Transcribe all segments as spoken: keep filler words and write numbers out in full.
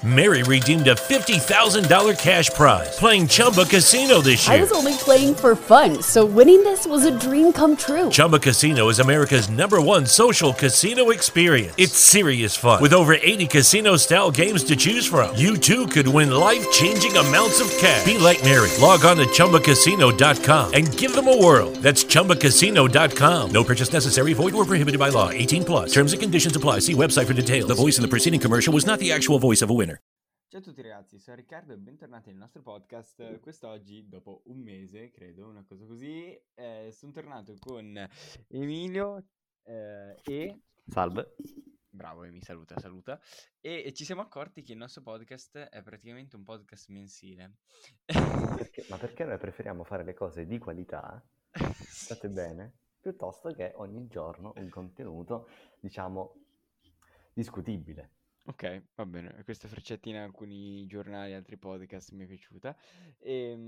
Mary redeemed a fifty thousand dollars cash prize playing Chumba Casino this year. I was only playing for fun, so winning this was a dream come true. Chumba Casino is America's number one social casino experience. It's serious fun. With over eighty casino-style games to choose from, you too could win life-changing amounts of cash. Be like Mary. Log on to Chumba Casino dot com and give them a whirl. That's Chumba Casino dot com. No purchase necessary. Void where prohibited by law. eighteen plus. Terms and conditions apply. See website for details. The voice in the preceding commercial was not the actual voice of a winner. Ciao a tutti ragazzi, sono Riccardo e bentornati nel nostro podcast. Quest'oggi, dopo un mese, credo, una cosa così, eh, sono tornato con Emilio eh, e... Salve. Bravo, e mi saluta, saluta. E, e ci siamo accorti che il nostro podcast è praticamente un podcast mensile. Perché, ma perché noi preferiamo fare le cose di qualità, state bene, piuttosto che ogni giorno un contenuto, diciamo, discutibile. Ok, va bene, questa freccettina in alcuni giornali, altri podcast mi è piaciuta. E,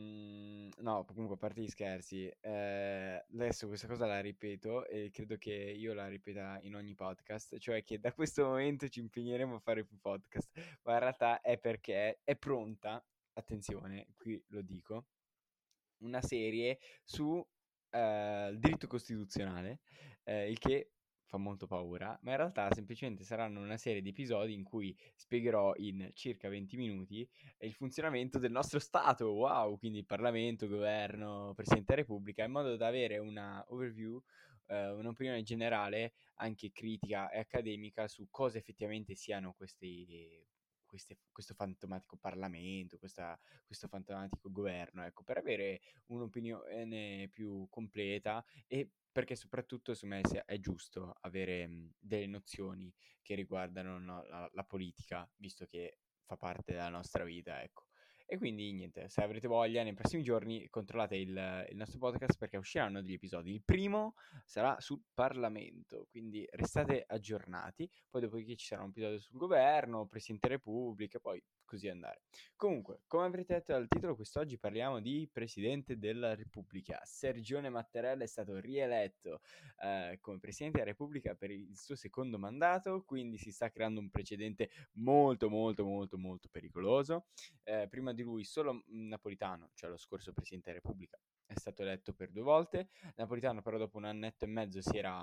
no, comunque a parte gli scherzi, eh, adesso questa cosa la ripeto e credo che io la ripeta in ogni podcast, cioè che da questo momento ci impegneremo a fare più podcast, ma in realtà è perché è pronta, attenzione, qui lo dico, una serie su eh, il diritto costituzionale, eh, il che fa molto paura, ma in realtà semplicemente saranno una serie di episodi in cui spiegherò in circa venti minuti il funzionamento del nostro Stato, wow, quindi Parlamento, Governo, Presidente della Repubblica, in modo da avere una overview, eh, un'opinione generale, anche critica e accademica, su cosa effettivamente siano questi, queste, questo fantomatico Parlamento, questa, questo fantomatico governo, ecco, per avere un'opinione più completa e perché soprattutto su me è giusto avere mh, delle nozioni che riguardano no, la, la politica, visto che fa parte della nostra vita, ecco. E quindi niente, se avrete voglia nei prossimi giorni controllate il, il nostro podcast perché usciranno degli episodi. Il primo sarà sul Parlamento, quindi restate aggiornati. Poi dopodiché ci sarà un episodio sul governo, Presidente della Repubblica, poi così andare. Comunque, come avrete detto dal titolo, quest'oggi parliamo di Presidente della Repubblica. Sergione Mattarella è stato rieletto eh, come Presidente della Repubblica per il suo secondo mandato, quindi si sta creando un precedente molto molto molto molto pericoloso. Eh, prima di lui solo Napolitano, cioè lo scorso Presidente della Repubblica, è stato eletto per due volte. Napolitano però dopo un annetto e mezzo si era...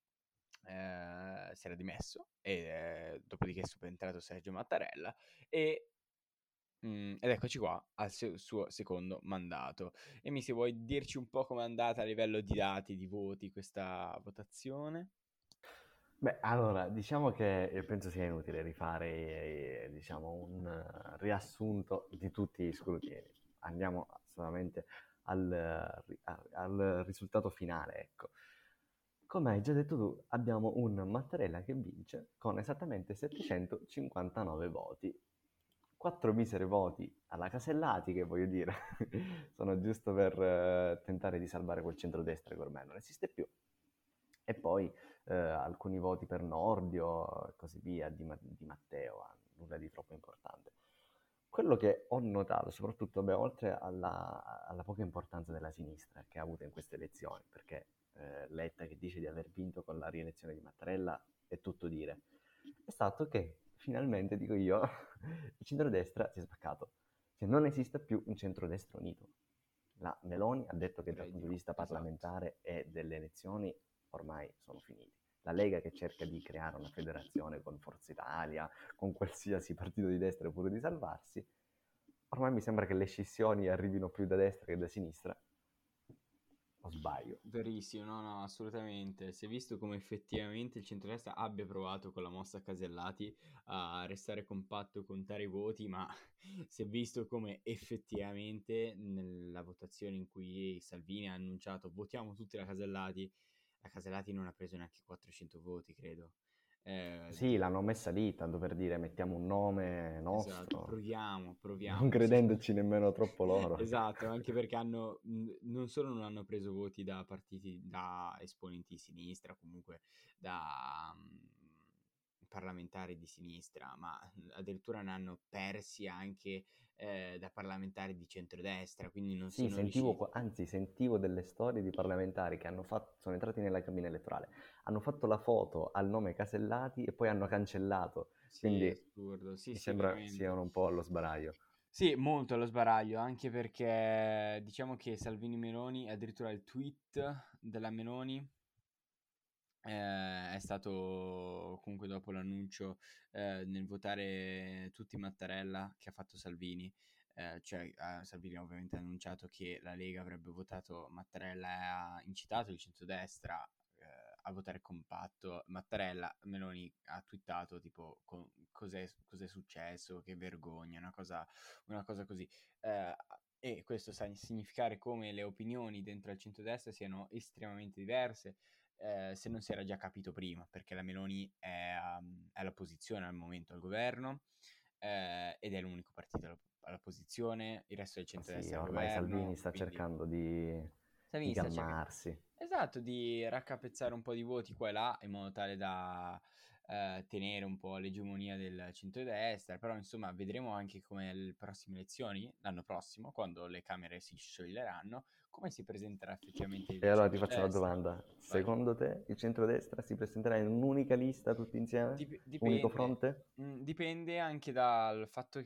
Eh, si era dimesso e eh, dopodiché è subentrato Sergio Mattarella e Mm, ed eccoci qua al se- suo secondo mandato. Emi, se vuoi dirci un po' com'è andata a livello di dati, di voti, questa votazione? Beh, allora, diciamo che io penso sia inutile rifare, eh, diciamo, un eh, riassunto di tutti gli scrutini. Andiamo solamente al, eh, ri- a- al risultato finale, ecco. Come hai già detto tu, abbiamo un Mattarella che vince con esattamente settecentocinquantanove voti. Quattro miseri voti alla Casellati, che voglio dire, sono giusto per eh, tentare di salvare quel centrodestra che ormai non esiste più. E poi eh, alcuni voti per Nordio e così via, di, Ma- di Matteo, nulla di troppo importante. Quello che ho notato, soprattutto, beh, oltre alla, alla poca importanza della sinistra che ha avuto in queste elezioni, perché eh, Letta che dice di aver vinto con la rielezione di Mattarella è tutto dire, è stato che finalmente, dico io, il centrodestra si è spaccato. Cioè, non esiste più un centrodestra unito. La Meloni ha detto che dal punto di vista parlamentare e delle elezioni ormai sono finiti. La Lega che cerca di creare una federazione con Forza Italia, con qualsiasi partito di destra pure di salvarsi, ormai mi sembra che le scissioni arrivino più da destra che da sinistra. O sbaglio? Verissimo, no, no, assolutamente. Si è visto come effettivamente il centrodestra abbia provato con la mossa Casellati a restare compatto, contare i voti, ma si è visto come effettivamente nella votazione in cui Salvini ha annunciato votiamo tutti la Casellati, la Casellati non ha preso neanche quattrocento voti, credo. Eh, Sì, l'hanno messa lì, tanto per dire mettiamo un nome esatto, nostro, proviamo, proviamo. non credendoci nemmeno troppo loro. Esatto, anche perché hanno mh, non solo non hanno preso voti da partiti, da esponenti di sinistra, comunque da mh, parlamentari di sinistra, ma addirittura ne hanno persi anche eh, da parlamentari di centrodestra, quindi non Sì, sono sentivo, riusciti. qua- anzi, sentivo delle storie di parlamentari che hanno fatto, sono entrati nella cabina elettorale, hanno fatto la foto al nome Casellati e poi hanno cancellato Sì, Quindi assurdo. Sì, mi sì, sembra veramente. siano un po' allo sbaraglio. Sì, molto allo sbaraglio, anche perché diciamo che Salvini Meloni, addirittura il tweet della Meloni eh, è stato comunque dopo l'annuncio eh, nel votare tutti Mattarella che ha fatto Salvini. Eh, cioè eh, Salvini ovviamente ha annunciato che la Lega avrebbe votato Mattarella e ha incitato il centrodestra eh, a votare compatto Mattarella. Meloni ha twittato tipo co- cos'è, cos'è successo, che vergogna, una cosa, una cosa così. Eh, e questo sa significare come le opinioni dentro al centrodestra siano estremamente diverse, eh, se non si era già capito prima, perché la Meloni è, um, è all'opposizione al momento al governo, eh, ed è l'unico partito alla, all'opposizione, il resto del Ma sì, centrodestra al ormai Salvini governo, sta quindi cercando di, di Salvini sta cercando, calmarsi. esatto, di raccapezzare un po' di voti qua e là in modo tale da eh, tenere un po' l'egemonia del centrodestra, però insomma vedremo anche come le prossime elezioni, l'anno prossimo, quando le Camere si scioglieranno, come si presenterà effettivamente E il allora ti faccio una centrodestra. domanda. Vai. Secondo te il centrodestra si presenterà in un'unica lista tutti insieme? Dip- Unico dipende, fronte? Mm, dipende anche dal fatto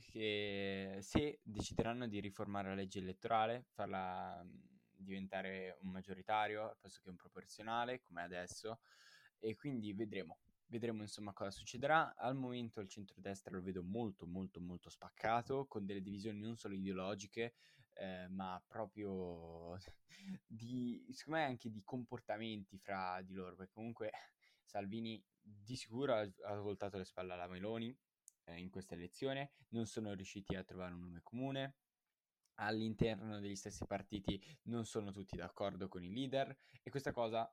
che se decideranno di riformare la legge elettorale, farla mm, diventare un maggioritario al posto che un proporzionale, come adesso, e quindi vedremo. Vedremo insomma cosa succederà. Al momento il centrodestra lo vedo molto molto molto spaccato, con delle divisioni non solo ideologiche, eh, ma proprio di, secondo me anche di comportamenti fra di loro, perché comunque Salvini di sicuro ha, ha voltato le spalle alla Meloni eh, in questa elezione, non sono riusciti a trovare un nome comune. All'interno degli stessi partiti non sono tutti d'accordo con i leader e questa cosa,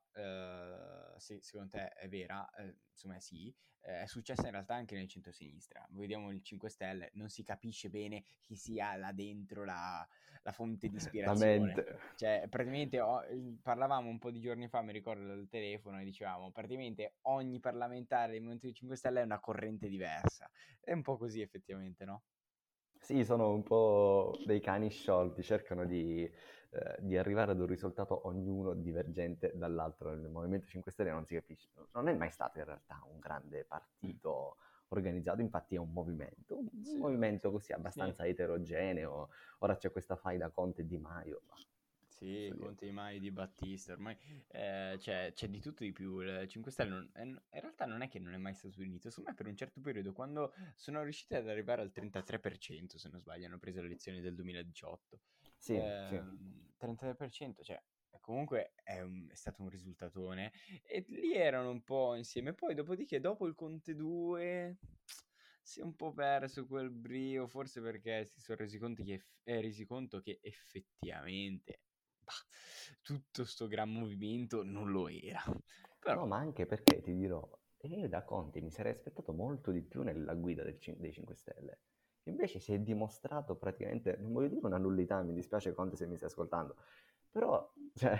eh, se secondo te è vera, eh, insomma sì, eh, è successa in realtà anche nel centro-sinistra. Vediamo il cinque Stelle, non si capisce bene chi sia là dentro la, la fonte di La ispirazione. mente. Cioè, praticamente oh, parlavamo un po' di giorni fa, mi ricordo dal telefono, e dicevamo praticamente ogni parlamentare del Movimento cinque Stelle è una corrente diversa. È un po' così effettivamente, no? Sì, sono un po' dei cani sciolti, cercano di, eh, di arrivare ad un risultato ognuno divergente dall'altro. Nel Movimento cinque Stelle non si capisce, non è mai stato in realtà un grande partito organizzato, infatti è un movimento, un Sì, movimento così sì. abbastanza eterogeneo. Ora c'è questa faida Conte e Di Maio, ma Sì, posso dire. Conte Di Maio di Battista, ormai eh, c'è, c'è di tutto di più. Il cinque Stelle non- è- in realtà non è che non è mai stato unito, secondo me per un certo periodo, quando sono riusciti ad arrivare al trentatré per cento, se non sbaglio, hanno preso le elezioni del duemiladiciotto. Sì, sì. Ehm, trentatré per cento, cioè comunque è, un- è stato un risultatone e lì erano un po' insieme. Poi dopodiché, dopo il Conte due, si è un po' perso quel brio, forse perché si sono resi conto che, eff- eh, resi conto che effettivamente bah, tutto sto gran movimento non lo era. Però, No, ma anche perché ti dirò, io da Conte mi sarei aspettato molto di più nella guida del cin- dei cinque Stelle. Invece si è dimostrato praticamente, non voglio dire una nullità, mi dispiace Conte se mi stai ascoltando, però cioè,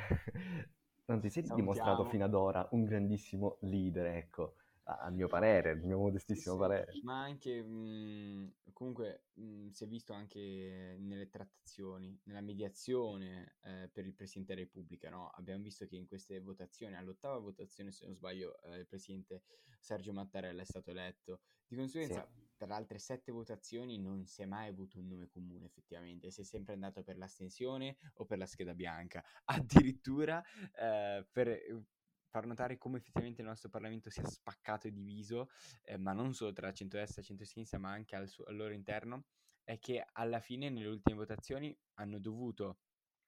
non ti sei dimostrato salutiamo. fino ad ora un grandissimo leader, ecco, a, a mio parere, il mio Sì, modestissimo sì, parere. ma anche mh, comunque mh, si è visto anche nelle trattazioni, nella mediazione eh, per il Presidente della Repubblica, no? Abbiamo visto che in queste votazioni, all'ottava votazione, se non sbaglio, eh, il Presidente Sergio Mattarella è stato eletto. Di Sì. conseguenza, per le altre sette votazioni non si è mai avuto un nome comune, effettivamente. Si è sempre andato per l'astensione o per la scheda bianca. Addirittura eh, per far notare come effettivamente il nostro Parlamento sia spaccato e diviso, eh, ma non solo tra centrodestra e centrosinistra, ma anche al, suo, al loro interno, è che alla fine, nelle ultime votazioni, hanno dovuto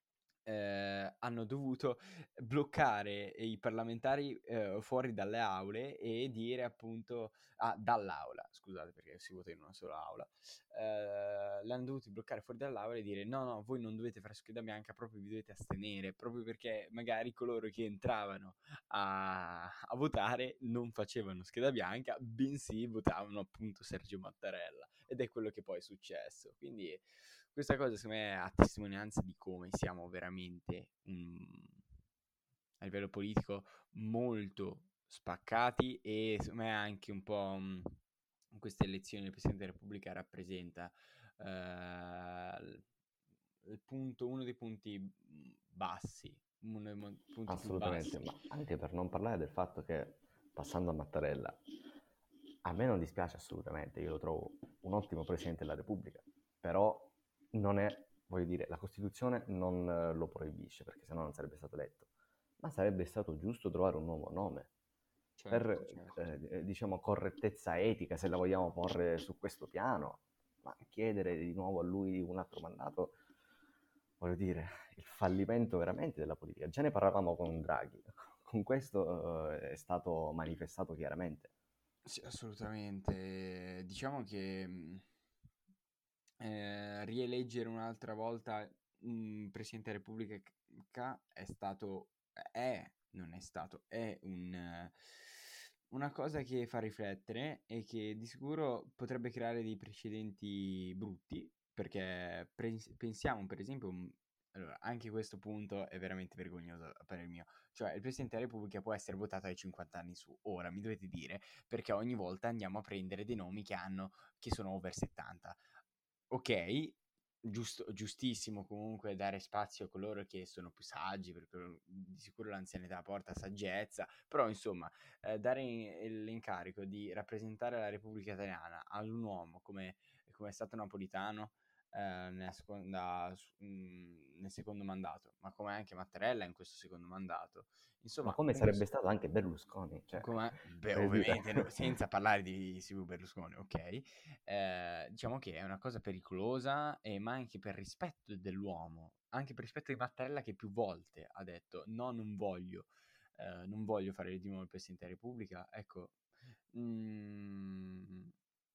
eh, hanno dovuto bloccare i parlamentari eh, fuori dalle aule e dire appunto, ah, dall'aula, scusate perché si vota in una sola aula, eh, l'hanno dovuti bloccare fuori dall'aula e dire no, no, voi non dovete fare scheda bianca, proprio vi dovete astenere, proprio perché magari coloro che entravano a, a votare non facevano scheda bianca, bensì votavano appunto Sergio Mattarella, ed è quello che poi è successo. Quindi questa cosa secondo me è a testimonianza di come siamo veramente um, a livello politico molto spaccati, e secondo me anche un po' um, in queste elezioni il Presidente della Repubblica rappresenta uh, il, il punto, uno dei punti bassi, uno dei mo- punti più Assolutamente, bassi. ma anche per non parlare del fatto che, passando a Mattarella, A me non dispiace assolutamente, io lo trovo un ottimo Presidente della Repubblica, però non è, voglio dire, la Costituzione non eh, lo proibisce, perché sennò non sarebbe stato eletto, ma sarebbe stato giusto trovare un nuovo nome Certo, per, certo. eh, diciamo, correttezza etica, se la vogliamo porre su questo piano, ma chiedere di nuovo a lui un altro mandato, voglio dire, il fallimento veramente della politica. Già ne parlavamo con Draghi, con questo eh, è stato manifestato chiaramente. Sì, assolutamente. Diciamo che mh, eh, rieleggere un'altra volta un Presidente della Repubblica è stato, è, non è stato, è un, eh, una cosa che fa riflettere e che di sicuro potrebbe creare dei precedenti brutti, perché pre- pensiamo per esempio, un- allora, anche questo punto è veramente vergognoso a parer mio, cioè il Presidente della Repubblica può essere votato ai cinquanta anni su, ora mi dovete dire perché ogni volta andiamo a prendere dei nomi che hanno, che sono over settanta. Ok, giusto, giustissimo comunque dare spazio a coloro che sono più saggi, perché di sicuro l'anzianità porta saggezza, però insomma, eh, dare in- l'incarico di rappresentare la Repubblica Italiana ad un uomo come, come è stato Napolitano eh, nella seconda, su- mh, nel secondo mandato, ma come anche Mattarella in questo secondo mandato, Ma insomma, come un sarebbe pers- stato anche Berlusconi, cioè, come, beh, voglio dire. ovviamente, no- senza parlare di Silvio Berlusconi, ok? Eh, diciamo che è una cosa pericolosa, e, ma anche per rispetto dell'uomo, anche per rispetto di Mattarella che più volte ha detto no, non voglio, eh, non voglio fare di nuovo il Presidente della Repubblica. Ecco, mm,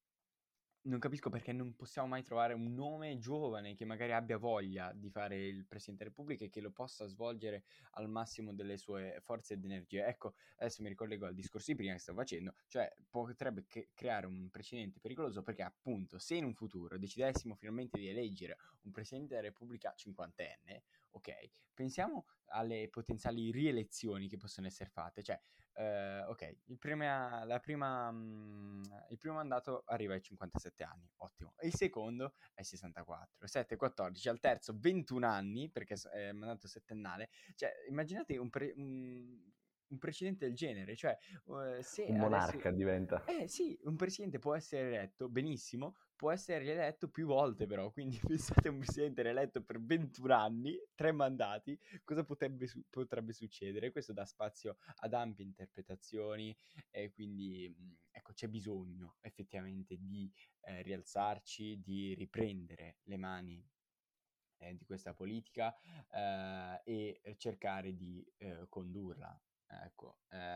non capisco perché non possiamo mai trovare un nome giovane che magari abbia voglia di fare il Presidente della Repubblica e che lo possa svolgere al massimo delle sue forze ed energie. Ecco, adesso mi ricollego al discorso di prima che stavo facendo, cioè potrebbe che- creare un precedente pericoloso perché appunto se in un futuro decidessimo finalmente di eleggere un Presidente della Repubblica cinquantenne, ok, pensiamo alle potenziali rielezioni che possono essere fatte, cioè eh, ok, il, prima, la prima, mm, il primo mandato arriva ai cinquantasette anni, ottimo. Il secondo è sessantaquattro, sette, quattordici, al terzo ventuno anni, perché s- è mandato settennale. Cioè, immaginate un, pre- un- un precedente del genere, cioè, eh, se Un adesso... monarca diventa. Eh sì, un presidente può essere eletto, benissimo, può essere rieletto più volte però, quindi pensate a un presidente rieletto per ventuno anni, tre mandati, cosa potrebbe, su- potrebbe succedere? Questo dà spazio ad ampie interpretazioni e quindi mh, ecco c'è bisogno effettivamente di eh, rialzarci, di riprendere le mani eh, di questa politica eh, e cercare di eh, condurla. Ecco,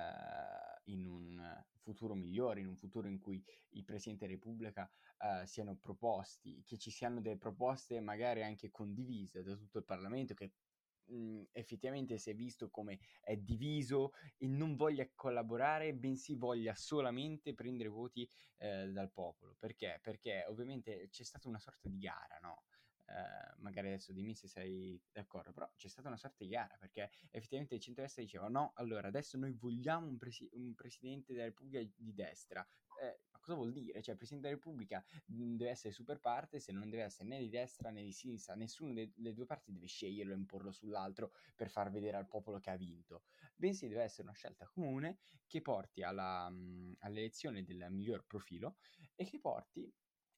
eh, in un futuro migliore, in un futuro in cui i Presidenti della Repubblica eh, siano proposti, che ci siano delle proposte magari anche condivise da tutto il Parlamento, che mh, effettivamente si è visto come è diviso e non voglia collaborare, bensì voglia solamente prendere voti eh, dal popolo. Perché? Perché ovviamente c'è stata una sorta di gara, no? Eh, magari adesso dimmi se sei d'accordo, però c'è stata una sorta di gara perché effettivamente il centrodestra diceva no, allora adesso noi vogliamo un, presi- un presidente della Repubblica di destra. Eh, ma cosa vuol dire? Cioè il presidente della Repubblica mh, deve essere super parte, se non deve essere né di destra né di sinistra, nessuno delle due parti deve sceglierlo e imporlo sull'altro per far vedere al popolo che ha vinto, bensì deve essere una scelta comune che porti alla, mh, all'elezione del miglior profilo e che porti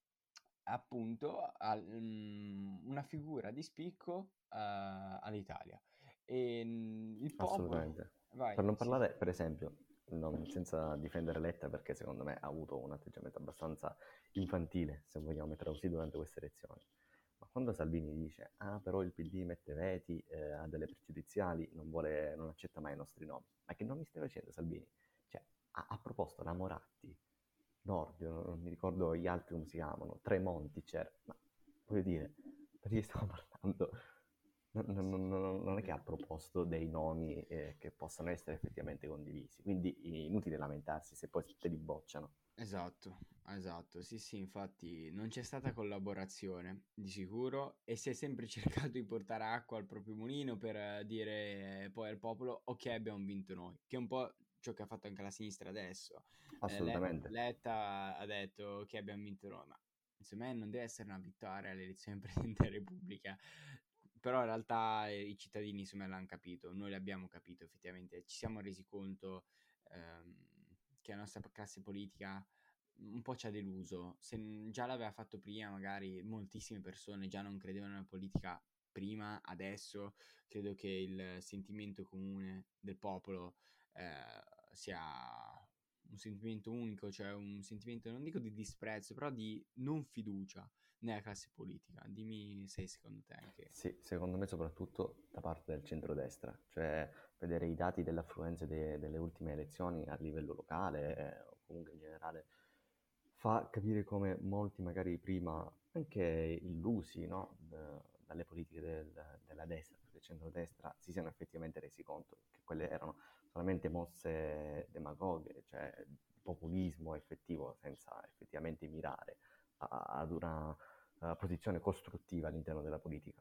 appunto a mm, una figura di spicco eh, all'Italia. E mm, il popolo... Assolutamente. Vai, Per non sì, parlare, per esempio, non- senza difendere Letta, perché secondo me ha avuto un atteggiamento abbastanza infantile, se vogliamo metterlo così, durante queste elezioni. Ma quando Salvini dice, ah, però il P D mette veti, eh, ha delle pregiudiziali, non vuole, non accetta mai i nostri nomi. Ma che nomi stai facendo, Salvini? Cioè, ha, ha proposto la Moratti, Nordio, non, non mi ricordo gli altri come si chiamano, Tremonti c'era, ma voglio dire, per chi stiamo parlando? Non, non- non- non- non è che ha proposto dei nomi eh, che possano essere effettivamente condivisi, quindi inutile lamentarsi se poi te li bocciano. esatto, esatto, sì, sì, infatti non c'è stata collaborazione di sicuro e si è sempre cercato di portare acqua al proprio mulino per eh, dire eh, poi al popolo ok abbiamo vinto noi, che è un po' ciò che ha fatto anche la sinistra adesso. Eh, Le- Assolutamente. Letta ha detto che abbiamo vinto noi, ma secondo me non deve essere una vittoria alle elezioni del Presidente della Repubblica, però in realtà eh, i cittadini insomma l'hanno capito, noi l'abbiamo capito effettivamente, ci siamo resi conto ehm, che la nostra classe politica un po' ci ha deluso. Se n- già l'aveva fatto prima, magari moltissime persone già non credevano nella politica prima, adesso credo che il sentimento comune del popolo eh, sia un sentimento unico, cioè un sentimento, non dico di disprezzo, però di non fiducia nella classe politica. Dimmi se secondo te anche... Sì, secondo me soprattutto da parte del centrodestra, cioè vedere i dati dell'affluenza de- delle ultime elezioni a livello locale eh, o comunque in generale fa capire come molti magari prima anche illusi, no, da- dalle politiche del- della destra, del centrodestra, si siano effettivamente resi conto che quelle erano solamente mosse demagoghe, cioè populismo effettivo senza effettivamente mirare a- ad una eh, posizione costruttiva all'interno della politica.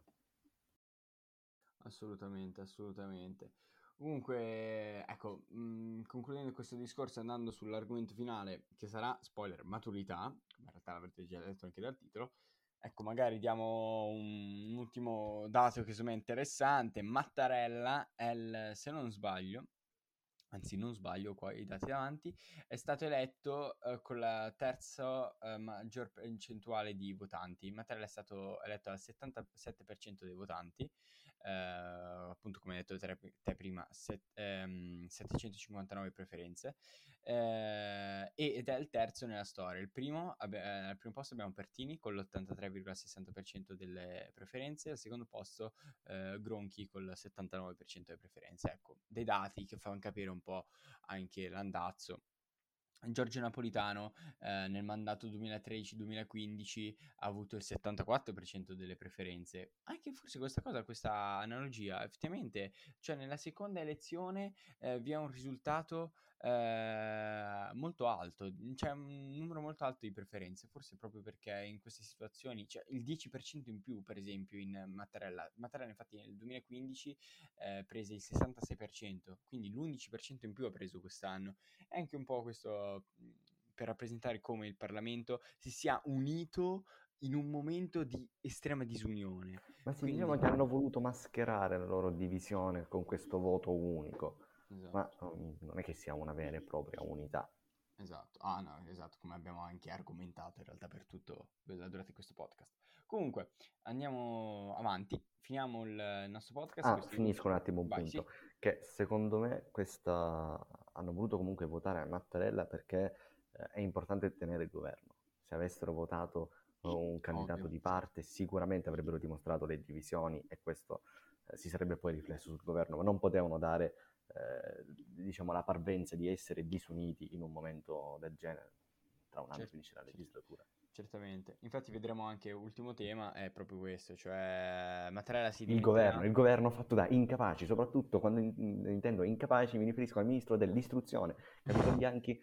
Assolutamente, assolutamente. Comunque, ecco, mh, concludendo questo discorso e andando sull'argomento finale, che sarà, spoiler, maturità, come in realtà l'avrete già detto anche dal titolo, ecco, magari diamo un, un ultimo dato che secondo me è interessante. Mattarella è il, se non sbaglio, anzi non sbaglio qua i dati davanti, è stato eletto eh, con la terza eh, maggior percentuale di votanti. Mattarella è stato eletto al settantasette per cento dei votanti, eh, appunto come hai detto te, te prima, set, ehm, settecentocinquantanove preferenze, eh, ed è il terzo nella storia. Il primo, abbi- eh, al primo posto abbiamo Pertini con l'ottantatré virgola sessanta per cento delle preferenze, al secondo posto eh, Gronchi col settantanove per cento delle preferenze. Ecco, dei dati che fanno capire un po' anche l'andazzo. Giorgio Napolitano eh, nel mandato duemilatredici duemilaquindici ha avuto il settantaquattro per cento delle preferenze. Anche forse questa cosa, questa analogia, effettivamente, cioè nella seconda elezione eh, vi è un risultato eh, molto alto, c'è un numero molto alto di preferenze, forse proprio perché in queste situazioni, cioè il dieci per cento in più, per esempio, in Mattarella. Mattarella infatti nel duemilaquindici eh, prese il sessantasei per cento, quindi l'undici per cento in più ha preso quest'anno. È anche un po' questo mh, per rappresentare come il Parlamento si sia unito in un momento di estrema disunione. Ma sì, Quindi, diciamo che hanno voluto mascherare la loro divisione con questo voto unico, ma esatto, um, non è che sia una vera e propria unità. esatto. Ah, no, esatto, come abbiamo anche argomentato in realtà per tutto durante questo podcast. Comunque, andiamo avanti, finiamo il nostro podcast. Ah, Questo... finisco un attimo un Vai, punto, sì. che secondo me questa... hanno voluto comunque votare a Mattarella perché eh, è importante tenere il governo. Se avessero votato eh, un candidato Ovvio. di parte, sicuramente avrebbero dimostrato le divisioni e questo eh, si sarebbe poi riflesso sul governo, ma non potevano dare, eh, diciamo, la parvenza di essere disuniti in un momento del genere. Tra un anno Cer- finisce la cer- legislatura. certamente. Infatti vedremo anche, ultimo tema, è proprio questo, cioè Mattarella si Il governo, dimetterà. il governo fatto da incapaci, soprattutto quando in- intendo incapaci mi riferisco al ministro dell'istruzione, capito Bianchi?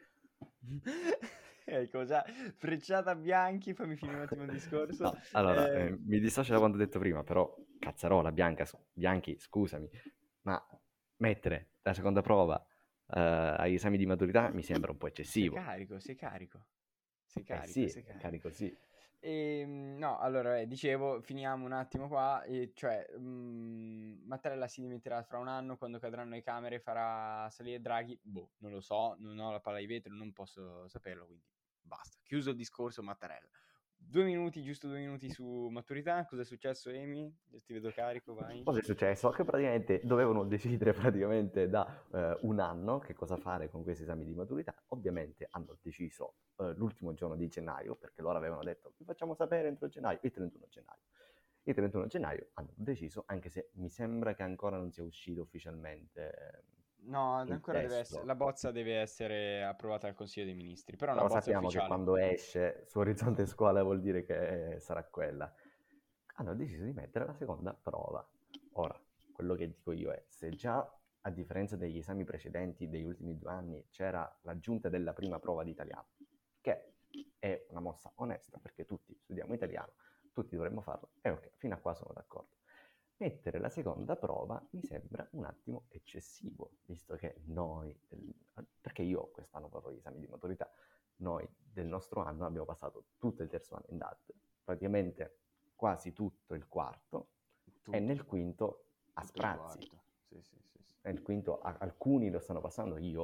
Ecco, già, frecciata Bianchi, fammi finire un attimo il discorso. No, allora, Eh, eh, mi dissocio da quanto ho detto prima, però cazzarola, Bianca, s- Bianchi, scusami, ma mettere la seconda prova eh, agli esami di maturità mi sembra un po' sei eccessivo. carico, sei carico, sei Eh carico, sì, sei è carico. carico sì. Ehm, no, allora, eh, dicevo, finiamo un attimo qua, e cioè, mh, Mattarella si dimetterà fra un anno, quando cadranno le camere farà salire Draghi, boh, non lo so, non ho la palla di vetro, non posso saperlo, quindi basta, chiuso il discorso Mattarella. Due minuti, giusto due minuti su maturità, cosa è successo Amy? Io ti vedo carico, vai. Cosa è successo? Che praticamente dovevano decidere praticamente da eh, un anno che cosa fare con questi esami di maturità. Ovviamente hanno deciso eh, l'ultimo giorno di gennaio, perché loro avevano detto vi facciamo sapere entro gennaio, il trentuno gennaio. Il trentuno gennaio hanno deciso, anche se mi sembra che ancora non sia uscito ufficialmente eh, No, il ancora deve essere, testo. la bozza deve essere approvata dal Consiglio dei Ministri, però è una Però bozza sappiamo che ufficiale. quando esce su Orizzonte Scuola vuol dire che sarà quella. Hanno deciso di mettere la seconda prova. Ora, quello che dico io è, se già a differenza degli esami precedenti degli ultimi due anni c'era l'aggiunta della prima prova di italiano, che è una mossa onesta perché tutti studiamo italiano, tutti dovremmo farlo, e ok, fino a qua sono d'accordo. Mettere la seconda prova mi sembra un attimo eccessivo, visto che noi, perché io quest'anno farò gli esami di maturità, noi del nostro anno abbiamo passato tutto il terzo anno in D A D, praticamente quasi tutto il quarto, Tutto, e nel quinto a tutto il sprazzi. quarto. Sì, sì, sì, sì. Nel quinto a- alcuni lo stanno passando, io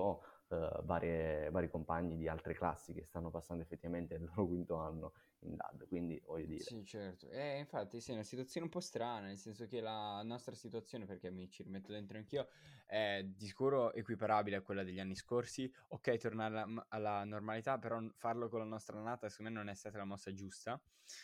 uh, varie, vari compagni di altre classi che stanno passando effettivamente il loro quinto anno in D A D, quindi voglio dire... Sì, certo. E infatti sì, è una situazione un po' strana, nel senso che la nostra situazione, perché mi ci rimetto dentro anch'io, è di sicuro equiparabile a quella degli anni scorsi. Ok, tornare alla, alla normalità, però farlo con la nostra annata secondo me non è stata la mossa giusta.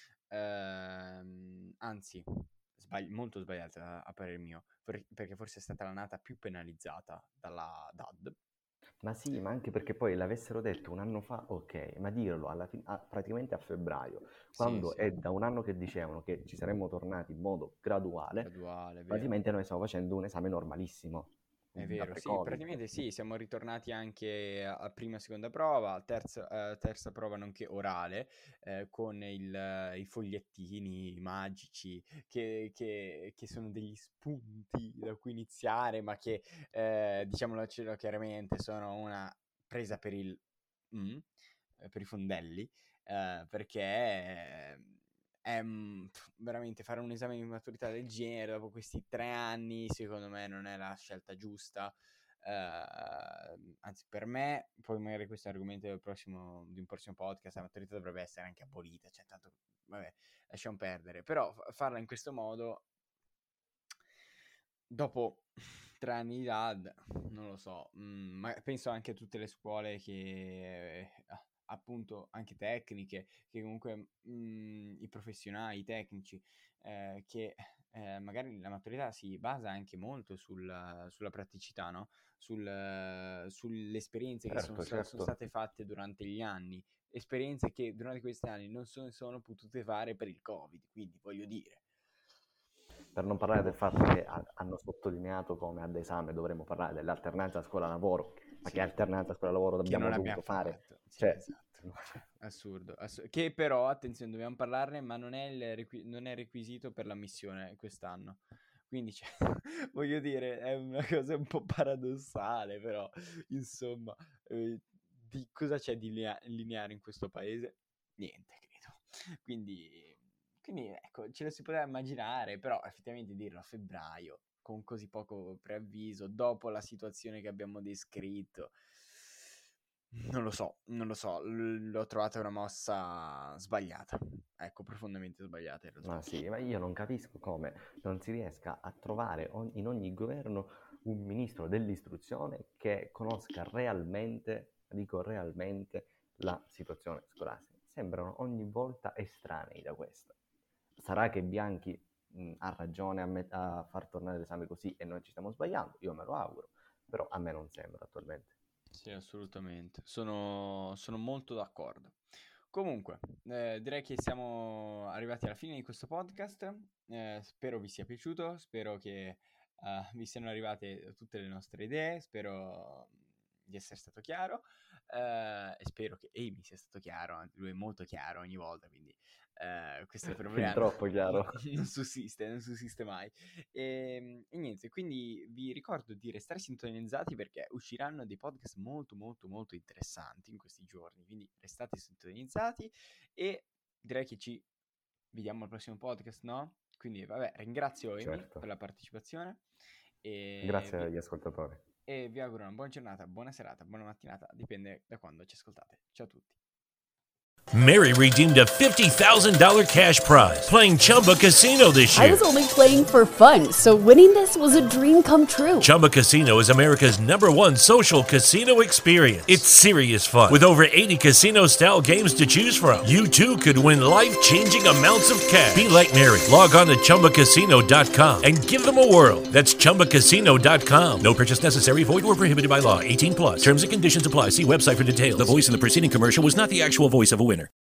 Ehm, anzi, sbagli- molto sbagliata a parer mio, per- perché forse è stata l'annata più penalizzata dalla D A D. Ma sì, ma anche perché poi l'avessero detto un anno fa, ok, ma dirlo alla fin- a- praticamente a febbraio, quando sì. è da un anno che dicevano che ci saremmo tornati in modo graduale, Graduale, vero. praticamente noi stiamo facendo un esame normalissimo. È da vero, sì, pre-Covid. praticamente sì, siamo ritornati anche a, a prima e seconda prova, terza, eh, terza prova nonché orale, eh, con il, eh, i fogliettini magici che, che, che sono degli spunti da cui iniziare, ma che, eh, diciamolo chiaramente, sono una presa per il mm, eh, per i fondelli, eh, perché è, è mm, pff, veramente fare un esame di maturità del genere dopo questi tre anni, secondo me non è la scelta giusta. Eh, anzi, per me, poi magari questo è argomento del prossimo, di un prossimo podcast, la maturità dovrebbe essere anche abolita, cioè tanto, vabbè, lasciamo perdere, però f- farla in questo modo dopo tre anni di D A D, non lo so, mm, ma penso anche a tutte le scuole che, eh, appunto, anche tecniche, che comunque mm, i professionali, i tecnici, eh, che eh, magari la maturità si basa anche molto sul- sulla praticità, no? Sul, sulle esperienze che sono, Certo, sta- sono certo. state fatte durante gli anni, esperienze che durante questi anni non sono, sono potute fare per il Covid, quindi voglio dire. Per non parlare del fatto che ha- hanno sottolineato come ad esame dovremmo parlare dell'alternanza scuola-lavoro, ma Sì. che alternanza scuola-lavoro Che abbiamo non dovuto abbiamo fare? fatto. Sì, Cioè, esatto. Cioè, assurdo, assu- che però, attenzione, dobbiamo parlarne, ma non è, il requi- non è requisito per l'ammissione quest'anno. Quindi, cioè, voglio dire, è una cosa un po' paradossale, però, insomma, eh, di cosa c'è di linea- lineare in questo paese? Niente, credo. Quindi, quindi, ecco, ce lo si poteva immaginare, però effettivamente dirlo a febbraio, con così poco preavviso, dopo la situazione che abbiamo descritto, non lo so, non lo so, l- l'ho trovata una mossa sbagliata, ecco, profondamente sbagliata in realtà. ma sì, ma io non capisco come non si riesca a trovare on- in ogni governo un ministro dell'istruzione che conosca realmente, dico realmente, la situazione scolastica. Sembrano ogni volta estranei da questo. Sarà che Bianchi mh, ha ragione a, met- a far tornare l'esame così e noi ci stiamo sbagliando, io me lo auguro, però a me non sembra attualmente. Sì, assolutamente, sono, sono molto d'accordo. Comunque, eh, direi che siamo arrivati alla fine di questo podcast, eh, spero vi sia piaciuto, spero che eh, vi siano arrivate tutte le nostre idee, spero di essere stato chiaro, eh, e spero che Amy sia stato chiaro, anche lui è molto chiaro ogni volta, quindi eh, questo per Fin troppo chiaro. non sussiste, non sussiste mai. E, e niente, quindi vi ricordo di restare sintonizzati perché usciranno dei podcast molto molto molto interessanti in questi giorni, quindi restate sintonizzati e direi che ci vediamo al prossimo podcast, no? Quindi vabbè, ringrazio Amy Certo. per la partecipazione e Grazie vi, agli ascoltatori. e vi auguro una buona giornata, buona serata, buona mattinata, dipende da quando ci ascoltate. Ciao a tutti. Mary redeemed a fifty thousand dollars cash prize playing Chumba Casino this I year. was only playing for fun, so winning this was a dream come true. Chumba Casino is America's number one social casino experience. It's serious fun. With over eighty casino-style games to choose from, you too could win life-changing amounts of cash. Be like Mary. Log on to Chumba Casino dot com and give them a whirl. That's Chumba Casino dot com. No purchase necessary. Void or prohibited by law. eighteen plus. Terms and conditions apply. See website for details. The voice in the preceding commercial was not the actual voice of a winner.